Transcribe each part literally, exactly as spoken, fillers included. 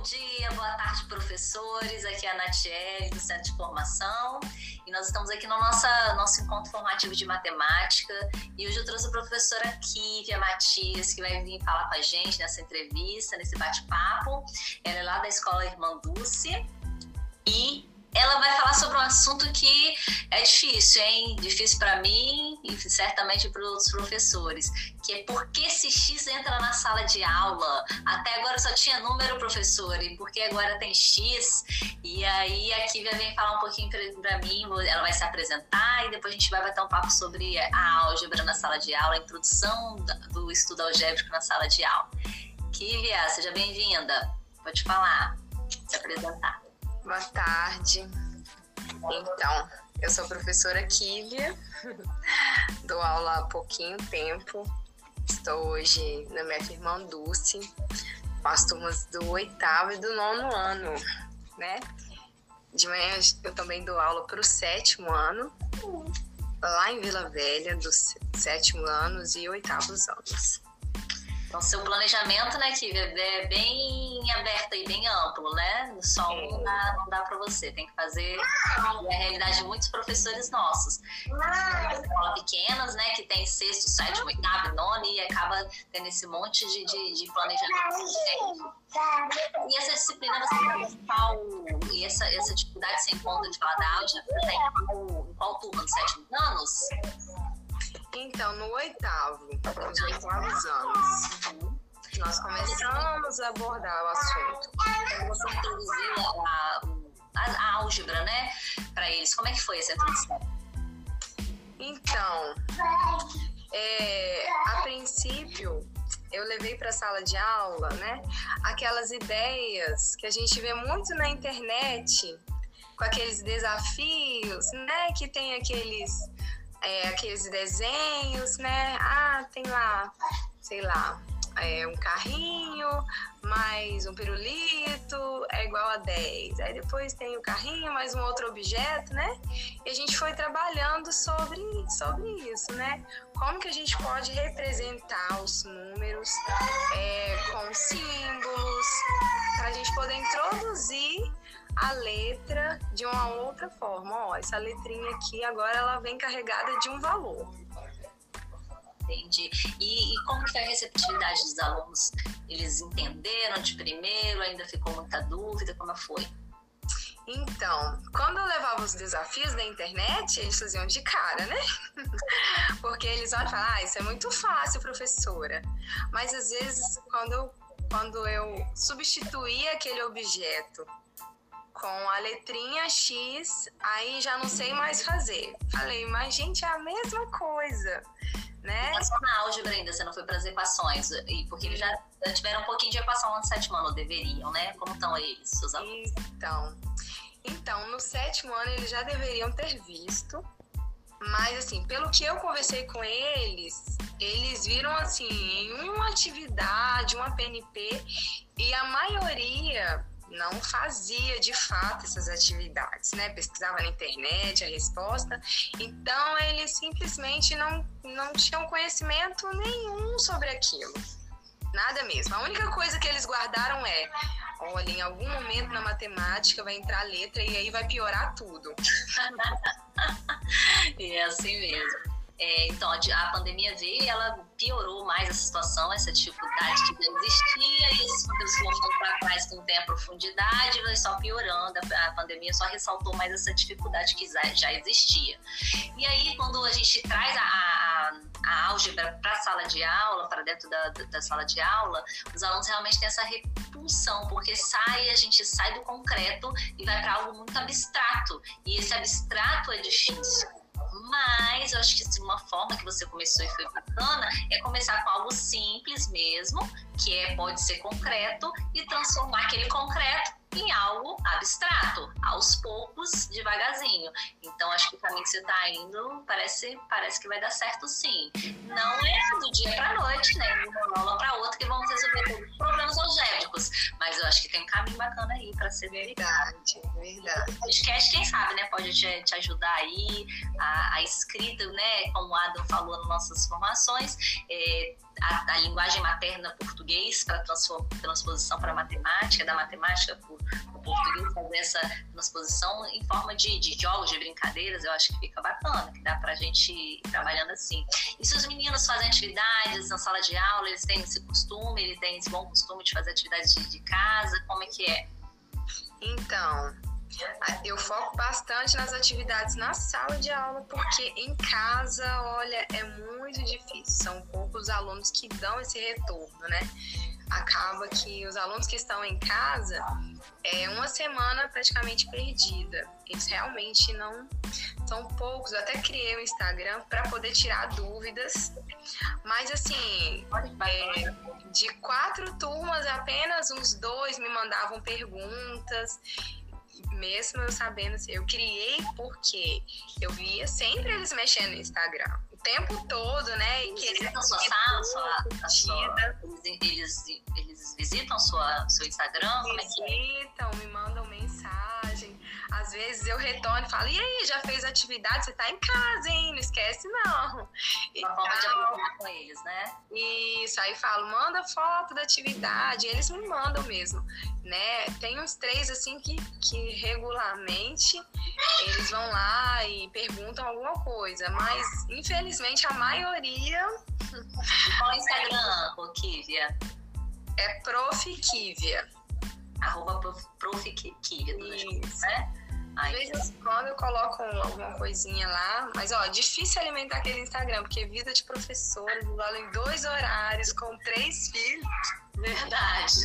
dia, boa tarde, professores. Aqui é a Natiele, do Centro de Formação. E nós estamos aqui no nossa, nosso encontro formativo de matemática. E hoje eu trouxe a professora Kívia Matias, que vai vir falar com a gente nessa entrevista, nesse bate-papo. Ela é lá da Escola Irmã Dulce. E ela vai falar sobre um assunto que é difícil, hein? Difícil para mim e certamente para os outros professores, que é por que esse X entra na sala de aula? Até agora só tinha número, professor, e por que agora tem X? E aí a Kívia vem falar um pouquinho para mim, ela vai se apresentar e depois a gente vai bater um papo sobre a álgebra na sala de aula, a introdução do estudo algébrico na sala de aula. Kívia, seja bem-vinda. Pode falar, se apresentar. Boa tarde. Então, eu sou a professora Kívia, dou aula há pouquinho tempo. Estou hoje na minha Irmã Dulce, com as turmas do oitavo e do nono ano, né? De manhã eu também dou aula para o sétimo ano, lá em Vila Velha, dos sétimo anos e oitavos anos. Então, seu planejamento, né, Kívia, é bem aberto e bem amplo, né? Só um não dá, não dá para você, tem que fazer a realidade de muitos professores nossos. Escolas pequenas, né, que tem sexto, sétimo, oitavo, nono e acaba tendo esse monte de, de, de planejamento. E essa disciplina, você tem qual, e essa, essa dificuldade sem conta de falar da álgebra, tem qual, em qual turma, nos sétimos anos? Então, no oitavo, nos oitavos anos, nós começamos a abordar o assunto. Quando você introduziu a, a, a álgebra, né, para eles, como é que foi essa introdução? Então, é, a princípio, eu levei para a sala de aula, né, aquelas ideias que a gente vê muito na internet, com aqueles desafios, né, que tem aqueles... É, aqueles desenhos, né? Ah, tem lá, sei lá, é, um carrinho, mais um pirulito, é igual a dez. Aí depois tem o carrinho, mais um outro objeto, né? E a gente foi trabalhando sobre, sobre isso, né? Como que a gente pode representar os números é, com símbolos, para a gente poder introduzir a letra de uma outra forma. Ó, essa letrinha aqui agora ela vem carregada de um valor. Entendi. E, e como foi a receptividade dos alunos? Eles entenderam de primeiro? Ainda ficou muita dúvida? Como foi? Então, quando eu levava os desafios da internet, eles faziam de cara, né? Porque eles olham e falam, ah, isso é muito fácil, professora. Mas às vezes, quando eu, quando eu substituía aquele objeto com a letrinha X, aí já não sei mais fazer. Falei, mas gente, é a mesma coisa, né? Mas só na álgebra ainda, você não foi para as equações, e porque eles já tiveram um pouquinho de equação lá no sétimo ano, deveriam, né? Como estão eles, seus alunos? Então, então, no sétimo ano eles já deveriam ter visto, mas assim, pelo que eu conversei com eles, eles viram assim, em uma atividade, uma P N P, e a maioria não fazia de fato essas atividades, né? Pesquisava na internet a resposta, então eles simplesmente não, não tinham conhecimento nenhum sobre aquilo, nada mesmo. A única coisa que eles guardaram é, olha, em algum momento na matemática vai entrar a letra e aí vai piorar tudo. E é assim mesmo. É, então, a pandemia veio e ela piorou mais a situação, essa dificuldade que já existia, e esses conteúdos que voltando para trás que não tem a profundidade, vai só piorando. A pandemia só ressaltou mais essa dificuldade que já existia. E aí, quando a gente traz a, a, a álgebra para a sala de aula, para dentro da, da sala de aula, os alunos realmente têm essa repulsão, porque sai, a gente sai do concreto e vai para algo muito abstrato, e esse abstrato é difícil. Mas eu acho que uma forma que você começou e foi bacana é começar com algo simples mesmo, que é, pode ser concreto, e transformar aquele concreto em algo abstrato, aos poucos, devagarzinho. Então, acho que o caminho que você está indo parece, parece que vai dar certo, sim. Não é do dia para a noite, né? De uma aula para outra que vamos resolver todos os problemas algébricos, mas eu acho que tem um caminho bacana aí para ser verdade, verdade. O podcast, quem sabe, né? Pode te, te ajudar aí, a, a escrita, né? Como o Adam falou nas nossas formações, é, a, a linguagem materna português para transposição para matemática, da matemática para o português, fazer essa transposição em forma de, de jogos, de brincadeiras, eu acho que fica bacana, que dá pra gente ir trabalhando assim. E se os meninos fazem atividades na sala de aula, eles têm esse costume, eles têm esse bom costume de fazer atividades de, de casa, como é que é? Então, eu foco bastante nas atividades na sala de aula, porque em casa, olha, é muito difícil. São poucos alunos que dão esse retorno, né? Acaba que os alunos que estão em casa, é uma semana praticamente perdida. Eles realmente não... São poucos. Eu até criei um Instagram para poder tirar dúvidas. Mas, assim, é, de quatro turmas, apenas uns dois me mandavam perguntas. Mesmo eu sabendo, assim, eu criei porque eu via sempre eles mexendo no Instagram. O tempo todo, né? E eles visitam sua sala, sua, a sua, eles, eles visitam sua, seu Instagram? Como é que é? Visitam, me mandam mensagem. Às vezes eu retorno e falo, e aí, já fez atividade? Você tá em casa, hein? Não esquece, não. Uma forma de acompanhar com eles, né? Isso, aí falo, manda foto da atividade. Eles me mandam mesmo, né? Tem uns três, assim, que, que regularmente eles vão lá e perguntam alguma coisa. Mas, infelizmente, a maioria... Qual é o Instagram, Kívia? É Prof Kívia. Arroba Prof Kívia, tudo junto, né? De vez em quando eu coloco alguma coisinha lá, mas ó, difícil alimentar aquele Instagram, porque vida de professora, igual em dois horários, com três filhos. Verdade.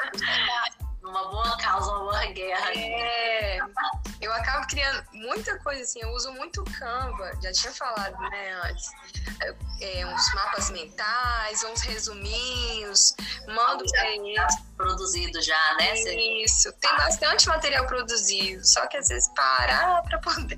Uma boa causa, uma boa guerra. É, eu acabo criando muita coisa assim, eu uso muito Canva, já tinha falado, né, antes. É, uns mapas mentais, uns resuminhos, mando pra eles. Produzido já, né? Isso, tem bastante material produzido, só que às vezes parar pra poder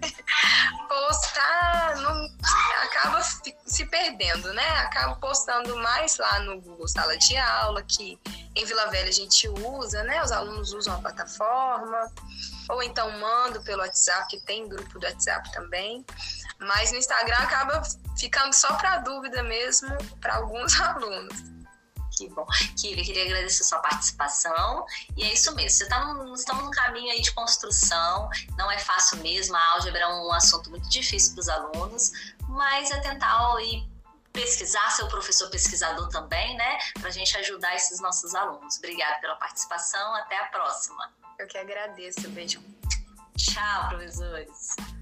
postar, não, acaba se perdendo, né? Acabo postando mais lá no Google Sala de Aula, que em Vila Velha a gente usa, né? Os alunos usam a plataforma, ou então mando pelo WhatsApp, que tem grupo do WhatsApp também, mas no Instagram acaba ficando só para dúvida mesmo para alguns alunos. Que bom. Kívia, queria agradecer a sua participação. E é isso mesmo, você tá num, estamos num caminho aí de construção, não é fácil mesmo, a álgebra é um assunto muito difícil para os alunos, mas é tentar ir pesquisar, ser o professor pesquisador também, né? Para a gente ajudar esses nossos alunos. Obrigada pela participação, até a próxima. Eu que agradeço, beijo. Tchau, professores.